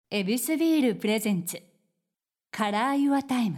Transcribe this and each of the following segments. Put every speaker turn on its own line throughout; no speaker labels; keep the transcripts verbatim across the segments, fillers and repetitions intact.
エビスビールプレゼンツカラーユアタイム。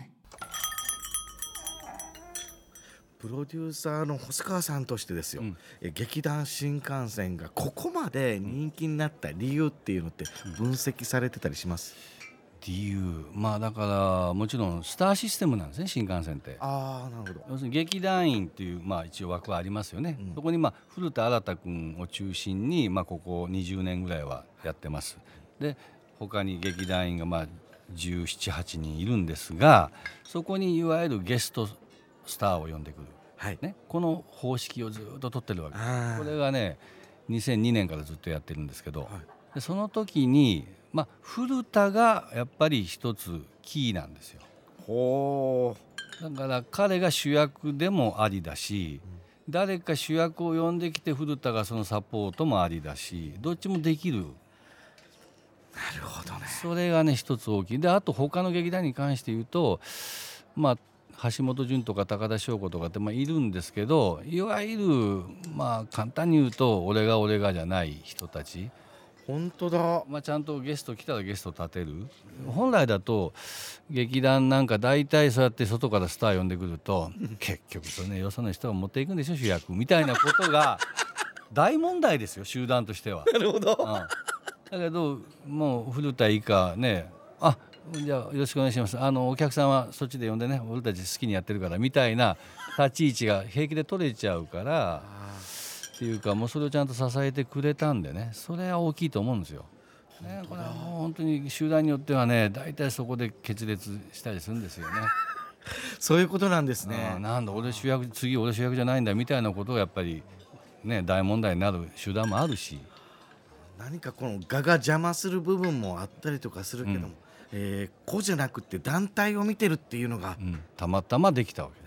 プロデューサーの細川さんとしてですよ、うん、え劇団新幹線がここまで人気になった理由っていうのって分析されてたりします？
理由、まあだからもちろんスターシステムなんですね、新幹線って。
ああ、なるほど。
要するに劇団員っていう、まあ、一応枠はありますよね、うん、そこに、まあ、古田新太君を中心に、まあ、ここにじゅうねんぐらいはやってます。で他に劇団員がまあじゅうなな、はちにんいるんですが、そこにいわゆるゲストスターを呼んでくる、はいね、この方式をずっと取ってるわけです。これがねにせんにねんからずっとやってるんですけど、はい、でその時に、まあ、古田がやっぱり一つキーなんですよ。
ほ
うだから彼が主役でもありだし、うん、誰か主役を呼んできて古田がそのサポートもありだし、どっちもできる。
なるほどね。
それがね一つ大きい。であと他の劇団に関して言うと、まあ橋本潤とか高田翔子とかって、まあ、いるんですけど、いわゆる、まあ、簡単に言うと俺が俺がじゃない人たち。
本当だ、
まあ、ちゃんとゲスト来たらゲスト立てる。本来だと劇団なんか大体そうやって外からスター呼んでくると結局それねよその人が持っていくんでしょ主役みたいなことが大問題ですよ集団としては。
なるほど、
うんだけどもう古田以下ね、あじゃあよろしくお願いします、あのお客さんはそっちで呼んでね俺たち好きにやってるからみたいな立ち位置が平気で取れちゃうからっていうか、もうそれをちゃんと支えてくれたんでね、それは大きいと思うんですよ、ね、これはもう本当に集団によってはね大体そこで決裂したりするんですよね。
そういうことなんですね。
なんだ俺主役次俺主役じゃないんだみたいなことがやっぱりね大問題になる集団もあるし、
何かこの我が邪魔する部分もあったりとかするけども、うんえー、個じゃなくて団体を見てるっていうのが、
うん、たまたまできたわけです。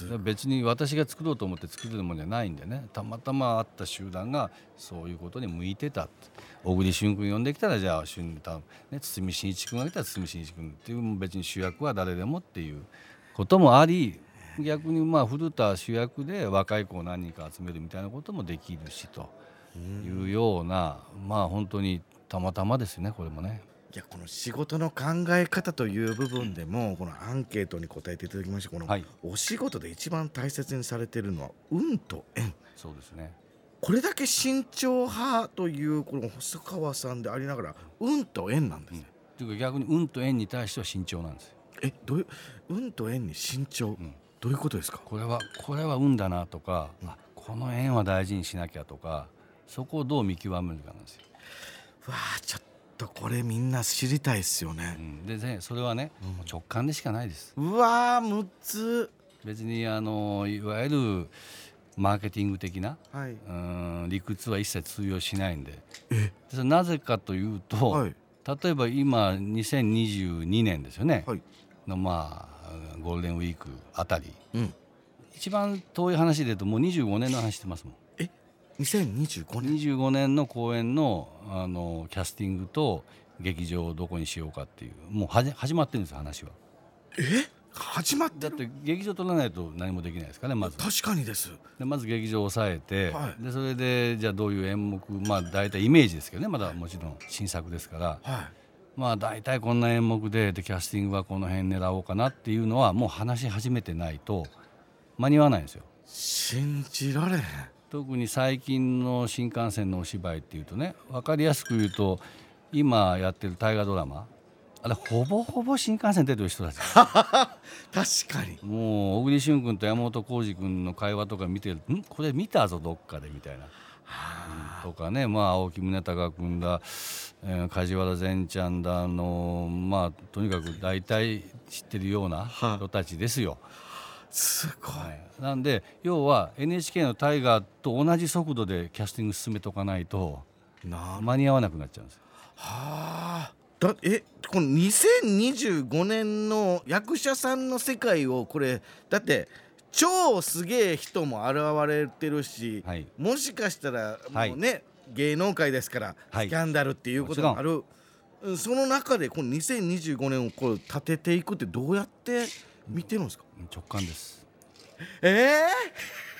別に私が作ろうと思って作れるものじゃないんでね、たまたまあった集団がそういうことに向いてたって。小栗旬君呼んできたらじゃあ旬、ね、堤真一君が来たら堤真一君っていう、別に主役は誰でもっていうこともあり、逆にまあ古田主役で若い子を何人か集めるみたいなこともできるしというような、まあ本当にたまたまですよねこれもね。
いやこの仕事の考え方という部分でも、うん、このアンケートに答えていただきましたこの、はい、お仕事で一番大切にされているのは運と縁。
そうですね。
これだけ慎重派というこの細川さんでありながら運と縁なんですね、
うん、というか逆に運と縁に対しては慎重なんですよ。
えどういう運と縁に慎重、うん、どういうことですか？
これはこれは運だなとか、うん、あこの縁は大事にしなきゃとか、そこをどう見極めるかなんですよ。
わあちょっとこれみんな知りたいですよね、
うん、でねそれはね、うん、直感でしかないです。
うわーむっつ
別にあのいわゆるマーケティング的な、はい、うん理屈は一切通用しないんで。えそれなぜかというと、はい、例えば今にせんにじゅうにねんですよね、はい、のまあゴールデンウィークあたり、うん、一番遠い話で言うともうにじゅうごねんの話してますもん。
えにせんにじゅうごねん
にじゅうごねんの公演 の, あのキャスティングと劇場をどこにしようかっていうもうはじ始まってるんです話は。
え始まってる？
だって劇場取らないと何もできないですからねまず。
確かにです。
でまず劇場を抑えて、はい、でそれでじゃあどういう演目、まあ大体イメージですけどね、まだもちろん新作ですから、はい、まあ大体こんな演目 で, でキャスティングはこの辺狙おうかなっていうのはもう話し始めてないと間に合わないんですよ。
信じられへん。
特に最近の新幹線のお芝居っていうとね、分かりやすく言うと今やってる大河ドラマあれほぼほぼ新幹線出てる人たち
確かに
もう小栗旬君と山本浩二君の会話とか見てるんこれ見たぞどっかでみたいな、うん、とかね、まあ、青木宗隆君だ、えー、梶原善ちゃんだの、まあ、とにかく大体知ってるような人たちですよ。
すごい、はい、
なんで要は エヌエイチケー の大河と同じ速度でキャスティング進めとかないと間に合わなくなっちゃうんですよ。
はあだえこのにせんにじゅうごねんの役者さんの世界をこれだって超すげえ人も現れてるし、はい、もしかしたらもうね、はい、芸能界ですからスキャンダルっていうこともある、はい、その中でこのにせんにじゅうごねんをこう立てていくってどうやって見てるんですか？
直感です。
え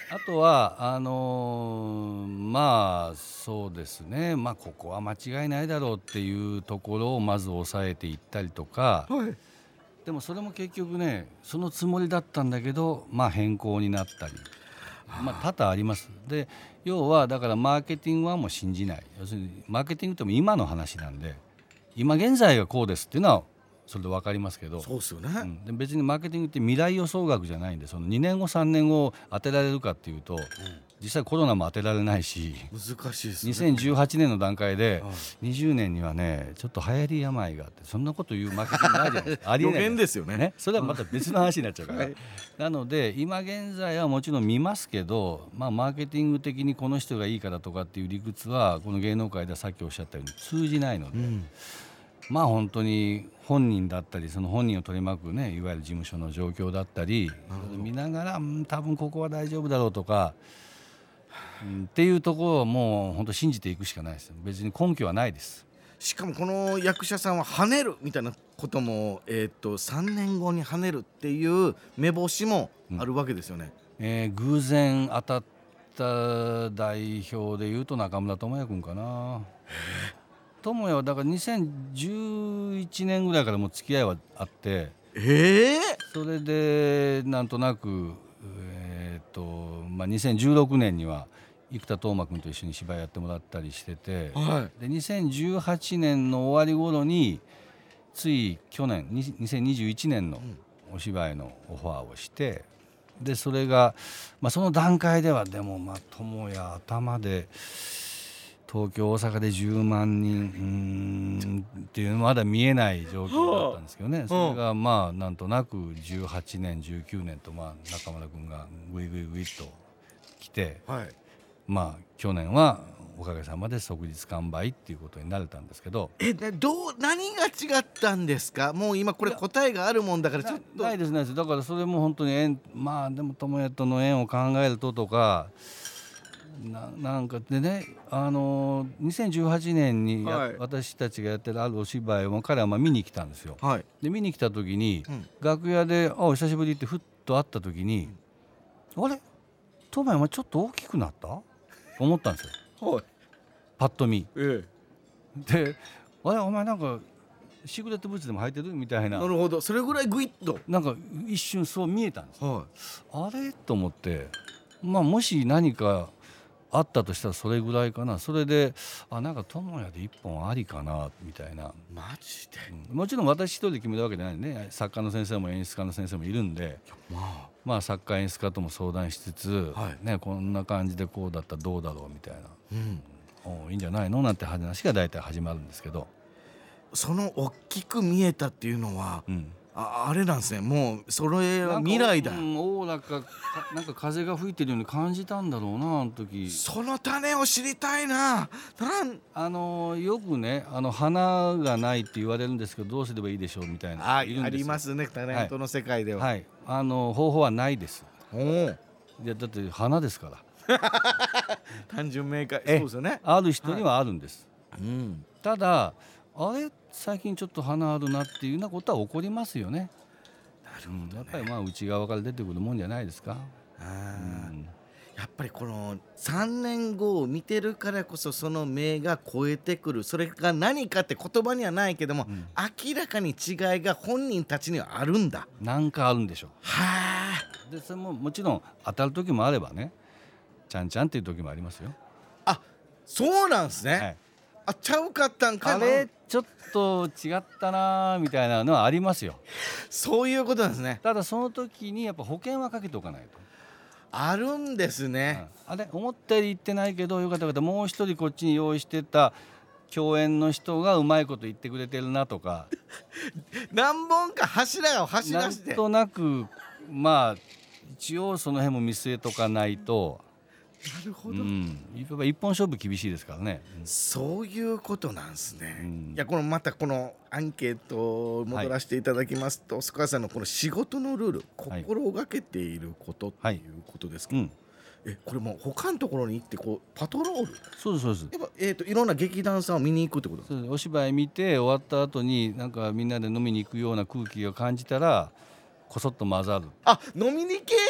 あとはあのー、まあそうですね、まあここは間違いないだろうっていうところをまず抑えていったりとか、
はい、
でもそれも結局ねそのつもりだったんだけど、まあ、変更になったり、まあ、多々あります。で要はだからマーケティングはもう信じない、要するにマーケティングっても今の話なんで、今現在がこうですっていうのはそれで分かりますけど、
そうですよね、
うん、で別にマーケティングって未来予想学じゃないんで、そのにねんごさんねんご当てられるかっていうと、うん、実際コロナも当てられないし
難しいですね。
にせんじゅうはちねんの段階でにじゅうねんにはねちょっと流行り病があって、そんなこと言うマーケティングないじゃないですか。ありえない
予言ですよ ね,
ねそれはまた別の話になっちゃうから、はい、なので今現在はもちろん見ますけど、まあ、マーケティング的にこの人がいいからとかっていう理屈はこの芸能界ではさっきおっしゃったように通じないので、うん、まあ本当に本人だったりその本人を取り巻くねいわゆる事務所の状況だったり見ながら、うん、多分ここは大丈夫だろうとか、うん、っていうところをもう本当信じていくしかないです。別に根拠はないです。
しかもこの役者さんは跳ねるみたいなことも、えー、とさんねんごに跳ねるっていう目星もあるわけですよね、
うんえー、偶然当たった代表でいうと中村倫也君かな。智也はだからにせんじゅういちねんぐらいからもう付き合いはあって、
えー、
それでなんとなく、えーとまあ、にせんじゅうろくねんには生田斗真君と一緒に芝居やってもらったりしてて、
はい、
でにせんじゅうはちねんの終わり頃につい去年にせんにじゅういちねんのお芝居のオファーをして、でそれが、まあ、その段階ではでもまあ智也頭で東京大阪でじゅうまんにんうーんっていうのまだ見えない状況だったんですけどね、それがまあなんとなくじゅうはちねんじゅうきゅうねんとまあ中村君がグイグイグイっと来て、
はい、
まあ去年はおかげさまで即日完売っていうことになれたんですけど、
えどう何が違ったんですか。もう今これ答えがあるもんだからちょっと
ないですないです。だからそれも本当に縁、まあでも智也との縁を考えるととか な, なんかでね、あのにせんじゅうはちねんに、はい、私たちがやってるあるお芝居を彼はまあ見に来たんですよ、はい、で見に来た時に、うん、楽屋であお久しぶりってふっと会った時に、うん、あれ智也お前ちょっと大きくなった思ったんですよ、はい、パッと見、ええ、であれお前なんかシークレットブーツでも履いてるみたいな。
なるほど、それぐらいグイッと
なんか一瞬そう見えたんです、はい、あれと思って、まあもし何かあったとしたらそれぐらいかな。それであなんか智也で一本ありかなみたいな。
マジで、
うん、もちろん私一人で決めたわけじゃないね。作家の先生も演出家の先生もいるんで、まあ、まあ作家演出家とも相談しつつ、はいね、こんな感じでこうだったらどうだろうみたいな、うん、いいんじゃないのなんて話が大体始まるんですけど、
その大きく見えたっていうのは、うん、あ, あれなんですね。もうそれは未来だ。
おおなんかなんか風が吹いてるように感じたんだろうなあの時。
その種を知りたいな。なん
あのよくねあの花がないって言われるんですけどどうすればいいでしょうみたいな。
あ, いるんですありますねタレントの世界では。
はい、はい、あの方法はないです。おいやだって花ですから。
単純明快。そうですよね。
ある人にはあるんです。
はい、うん、た
だあれ最近ちょっと花あるなっていうようなことは起こりますよね。
なるほどね、うん、
やっぱりまあ内側から出てくるもんじゃないですか。
あ、うん、やっぱりこのさんねんごを見てるからこそその目が超えてくる。それが何かって言葉にはないけども、うん、明らかに違いが本人たちにはあるんだ。
なんかあるんでしょう。
は
あ。でそれももちろん当たる時もあればねちゃんちゃんっていう時もありますよ。
あ、そうなんですね、はい、あちゃうかったんかな、
あれちょっと違ったなみたいなのはありますよ。
そういうことなんですね。
ただその時にやっぱ保険はかけておかないと。
あるんですね、
うん、あれ思ったより言ってないけどよかったよかったもう一人こっちに用意してた共演の人がうまいこと言ってくれてるなとか
何本か柱を走らせて
なんとなくまあ一応その辺も見据えとかないと。
なるほど、
うん、一本勝負厳しいですからね、
うん、そういうことなんですね、うん、いやこのまたこのアンケートを戻らせていただきますと、はい、須川さんのこの仕事のルール心がけていることっていうことですけど、はい、うん、えこれもう他のところに行ってこうパトロール。
そうですそうです。
やっぱ、えーと、いろんな劇団さんを見に行くってことですか。
そうです。お芝居見て終わった後になんかみんなで飲みに行くような空気を感じたらこそっと混ざる。
あ、ノミニケー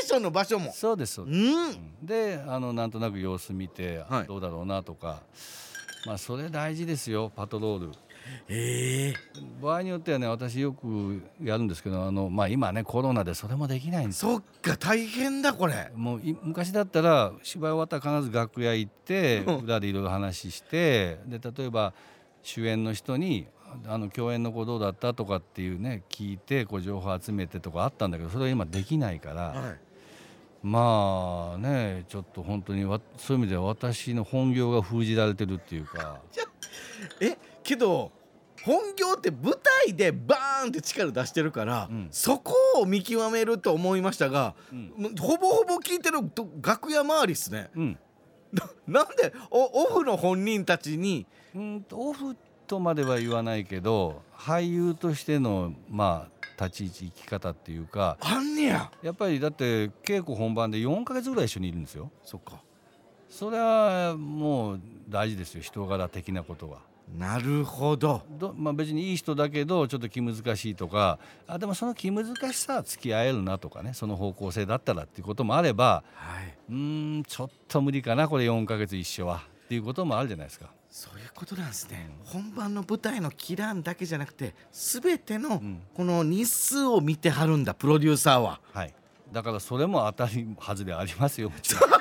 ションの場所も
そうですそうです、うん、であのなんとなく様子見て、はい、どうだろうなとか、まあそれ大事ですよパトロール。
えー、
場合によってはね私よくやるんですけどあの、まあ、今ねコロナでそれもできないんです。
そっか大変だこれ。
もう昔だったら芝居終わったら必ず楽屋行って裏でいろいろ話してで例えば主演の人にあの共演の子どうだったとかっていうね聞いてこう情報集めてとかあったんだけどそれは今できないから、はい、まあねちょっと本当にわそういう意味では私の本業が封じられてるっていうか。
えけど本業って舞台でバーンって力出してるから、うん、そこを見極めると思いましたが、うん、ほぼほぼ聞いてる楽屋周りっすね、うん、な, なんでオフの本人たちに
うんオフとまでは言わないけど俳優としてのまあ立ち位置生き方っていうか
あんねや。
やっぱりだって稽古本番でよんかげつぐらい一緒にいるんですよ。
そっか。
それはもう大事ですよ人柄的なことは。
なるほど。
ど、まあ、別にいい人だけどちょっと気難しいとかあでもその気難しさは付き合えるなとかねその方向性だったらっていうこともあれば、はい、うーんちょっと無理かなこれよんかげつ一緒はっていうこともあるじゃないですか。
そういうことなんですね、うん、本番の舞台のキランだけじゃなくて全てのこの日数を見てはるんだプロデューサーは、
はい、だからそれも当たり外れありますよもちろん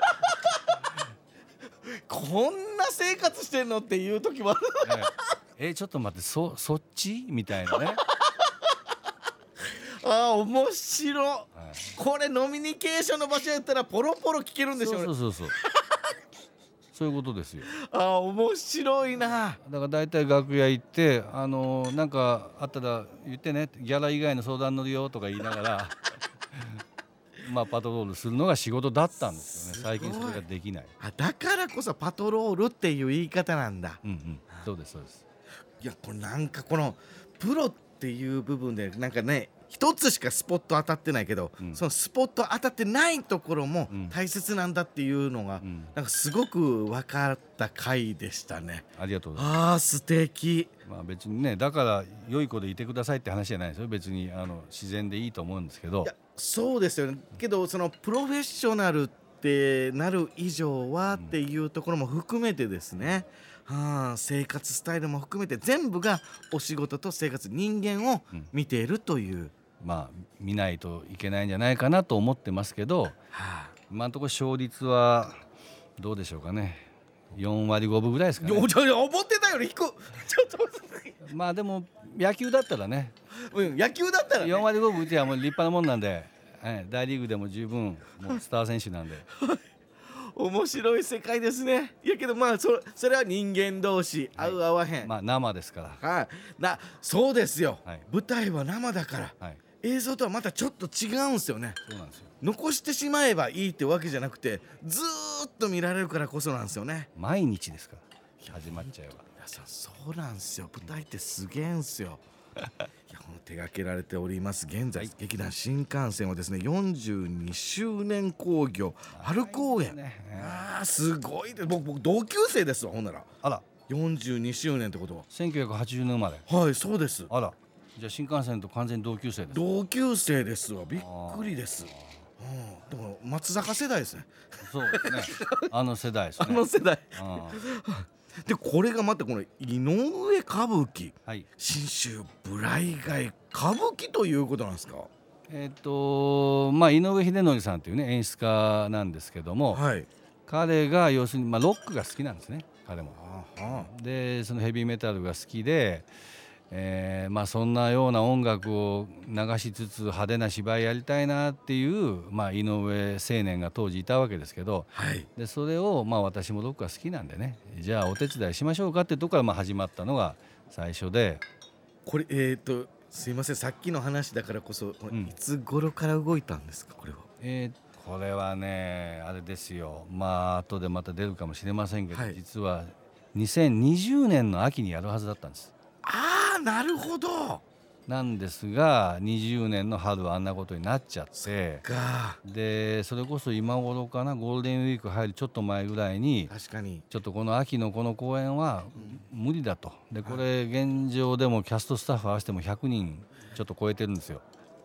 こんな生活してんのっていう時もある
え, えちょっと待って そ, そっちみたいなね
ああ面白、はい、これノミニケーションの場所やったらポロポロ聞けるんでしょ。
そうそうそうそうそういうことですよ。
ああ面白いな。
だからだいたい楽屋行ってあのー、なんかあったら言ってねギャラ以外の相談乗るよとか言いながらまあパトロールするのが仕事だったんですよね。最近それができない。
あだからこそパトロールっていう言い方なんだ。
うんうん、そうですそうです。
いやこれなんかこのプロっていう部分でなんかね一つしかスポット当たってないけど、うん、そのスポット当たってないところも大切なんだっていうのが、うん、なんかすごく分かった回でしたね。
ありがとうございます。
あー素敵。
まあ別にねだから良い子でいてくださいって話じゃないですよ。別にあの自然でいいと思うんですけど。
いやそうですよね。けどそのプロフェッショナルってなる以上はっていうところも含めてですね、はあ、生活スタイルも含めて全部がお仕事と生活人間を見ているという、うん、
まあ見ないといけないんじゃないかなと思ってますけど、はあ、今のところ勝率はどうでしょうかね。よんわりごぶぐらいですかね。
思ってたより低くちょっと
まあでも野球だったらね、
うん、野球だったら、ね、
よんわりごぶ打てばもう立派なもんなんで、ええ、大リーグでも十分もうスター選手なんで
面白い世界ですね。いやけどまあ そ, それは人間同士、はい、合う合わへん、
まあ生ですから、
はい、なそうですよ、はい、舞台は生だから、はい、映像とはまたちょっと違うんですよね。
そうなんですよ。
残してしまえばいいってわけじゃなくてずーっと見られるからこそなんですよね。
毎日ですから始まっちゃえば。
皆さんそうなんですよ。舞台ってすげえんすよいやこの手掛けられております現在、はい、劇団新幹線はですねよんじゅうにしゅうねん興行春公演、ね、あーすごいです。僕、僕同級生ですわ。ほんなら
あら
よんじゅうにしゅうねんってことは
せんきゅうひゃくはちじゅうねん生まれ。
はいそうです。
あらじゃあ新幹線と完全に同級生です。
同級生ですわ。びっくりです。うん、だから松坂世代ですね。
そうですねあの世代ですね。
あの世代でこれがまたこの井上歌舞伎、はい、信州ブライ街歌舞伎ということなんですか。
えっとまあ井上秀則さんというね演出家なんですけども、はい、彼が要するに、まあ、ロックが好きなんですね彼も。ああでそのヘビーメタルが好きで、えーまあ、そんなような音楽を流しつつ派手な芝居やりたいなっていう、まあ、井上青年が当時いたわけですけど、はい、でそれを、まあ、私もロックが好きなんでねじゃあお手伝いしましょうかっていうところからまあ始まったのが最初で。
これえーとすいませんさっきの話だからこそ、うん、いつ頃から動いたんですかこれは。
えー、これはねあれですよまあ後でまた出るかもしれませんけど、はい、実はにせんにじゅうねんの秋にやるはずだったんです。
ああなるほど。
なんですがにじゅうねんの春はあんなことになっちゃってでそれこそ今頃かなゴールデンウィーク入るちょっと前ぐらいに
確かに
ちょっとこの秋のこの公演は無理だと。でこれ現状でもキャストスタッフ合わせてもひゃくにんちょっと超えてるんですよ。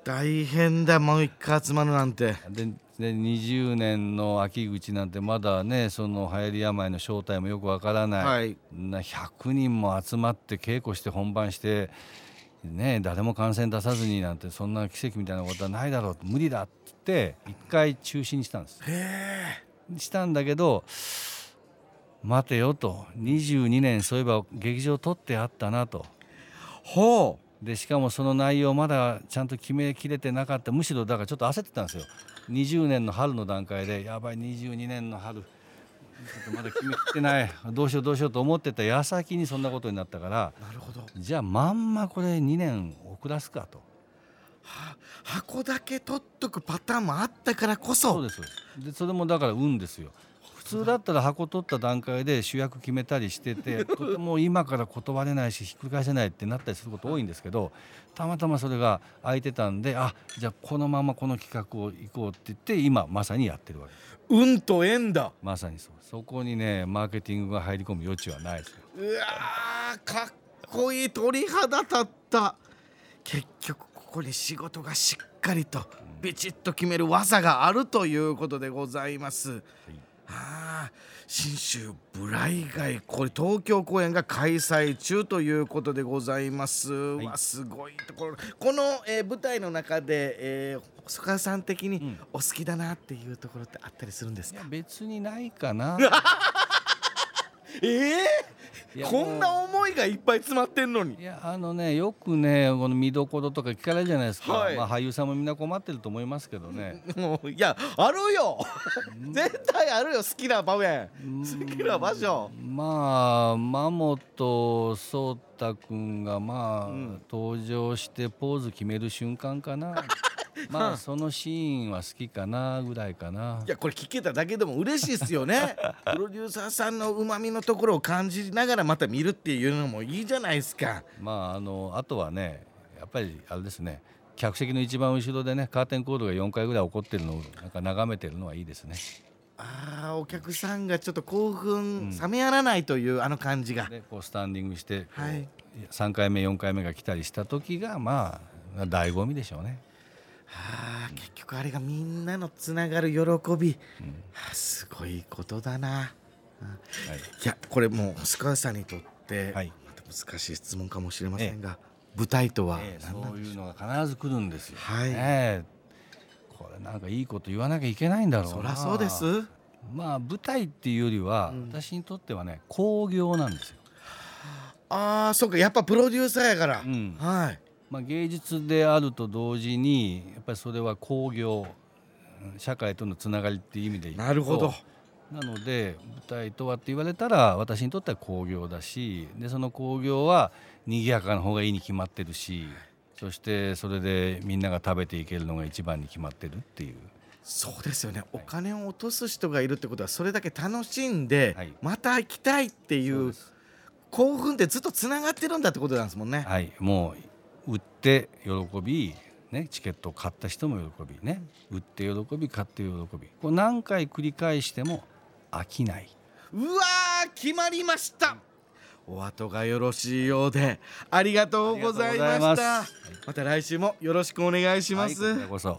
大変だ、もう一回集まるなんて。
ででにじゅうねんの秋口なんてまだね、その流行り病の正体もよくわからない、はい、なひゃくにんも集まって稽古して本番してね、誰も感染出さずになんて、そんな奇跡みたいなことはないだろう、無理だって一回中止にしたんです。
へ
ーしたんだけど、待てよと、にじゅうにねんそういえば劇場撮ってあったなと。
ほう
でしかもその内容まだちゃんと決めきれてなかった。むしろだからちょっと焦ってたんですよ。にじゅうねんの春の段階で、やばいにじゅうにねんの春ちょっとまだ決めきってないどうしようどうしようと思ってた矢先にそんなことになったから、
なるほど、
じゃあまんまこれにねん遅らすかと。
は箱だけ取っとくパターンもあったからこそ。
そうです。でそれもだから運ですよ。普通だったら箱取った段階で主役決めたりしててとても今から断れないしひっくり返せないってなったりすること多いんですけど、たまたまそれが空いてたんで、あ、じゃあこのままこの企画を行こうって言って今まさにやってるわけです。
運と縁だ。
まさにそう。そこにねマーケティングが入り込む余地はないですよ。
うわー、かっこいい、鳥肌立った。結局ここに仕事がしっかりとビチッと決める技があるということでございます、はい。はあ、信州ブライ街、これ東京公演が開催中ということでございます、はい、わすごいところ。この、えー、舞台の中で、えー、細川さん的にお好きだなっていうところってあったりするんですか？
いや別にないかな
えー、こんな思いがいっぱい詰まってんのに。
いやあのね、よくねこの見どころとか聞かれるじゃないですか、はい。まあ、俳優さんもみんな困ってると思いますけどね
もういやあるよ絶対あるよ、好きな場面、好きな場所。
まあ間本颯太君がまあ、うん、登場してポーズ決める瞬間かなまあそのシーンは好きかなぐらいかな。
いやこれ聞けただけでも嬉しいですよねプロデューサーさんのうまみのところを感じながらまた見るっていうのもいいじゃないですか。
まああのあとはね、やっぱりあれですね、客席の一番後ろでねカーテンコールがよんかいぐらい起こってるのをなんか眺めてるのはいいですね。
あー、お客さんがちょっと興奮冷めやらないという、うん、あの感じが、
でこうスタンディングして、
はい、
さんかいめよんかいめが来たりした時がまあ醍醐味でしょうね。
はあ、結局あれがみんなのつながる喜び、うん、はあ、すごいことだな、はい、いやこれもう細川さんにとって、はい、また難しい質問かもしれませんが、ええ、舞台とは何なんでしょう？
そういうのが必ず来るんですよ、
はい、
ね、これなんかいいこと言わなきゃいけないんだろうな。
そりゃそうです。
まあ舞台っていうよりは、うん、私にとってはね興行なんですよ。
ああ、そうか、やっぱプロデューサーやから、うん、はい。
まあ、芸術であると同時にやっぱりそれは興行、社会とのつながりっていう意味で言うと、
なるほど。
なので舞台とはって言われたら私にとっては興行だし、でその興行は賑やかな方がいいに決まってるし、そしてそれでみんなが食べていけるのが一番に決まってるっていう。
そうですよね、はい、お金を落とす人がいるってことはそれだけ楽しんで、はい、また行きたいっていう興奮ってずっとつながってるんだってことなんですもんね。
はい、もう売って喜び、ね、チケットを買った人も喜びね、売って喜び買って喜び、こう何回繰り返しても飽きない。
うわー、決まりました。お後がよろしいようでありがとうございました。 ま, また来週もよろしくお願いします、
はい、こちらこそ。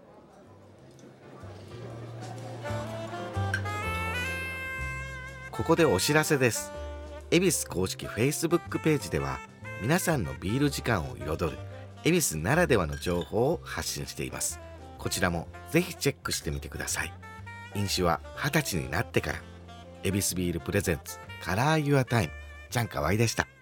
ここでお知らせです。恵比寿公式 Facebook ページでは皆さんのビール時間を彩る恵比寿ならではの情報を発信しています。こちらもぜひチェックしてみてください。飲酒ははたちになってから。恵比寿ビールプレゼンツカラーユアタイム、ちゃんかわいでした。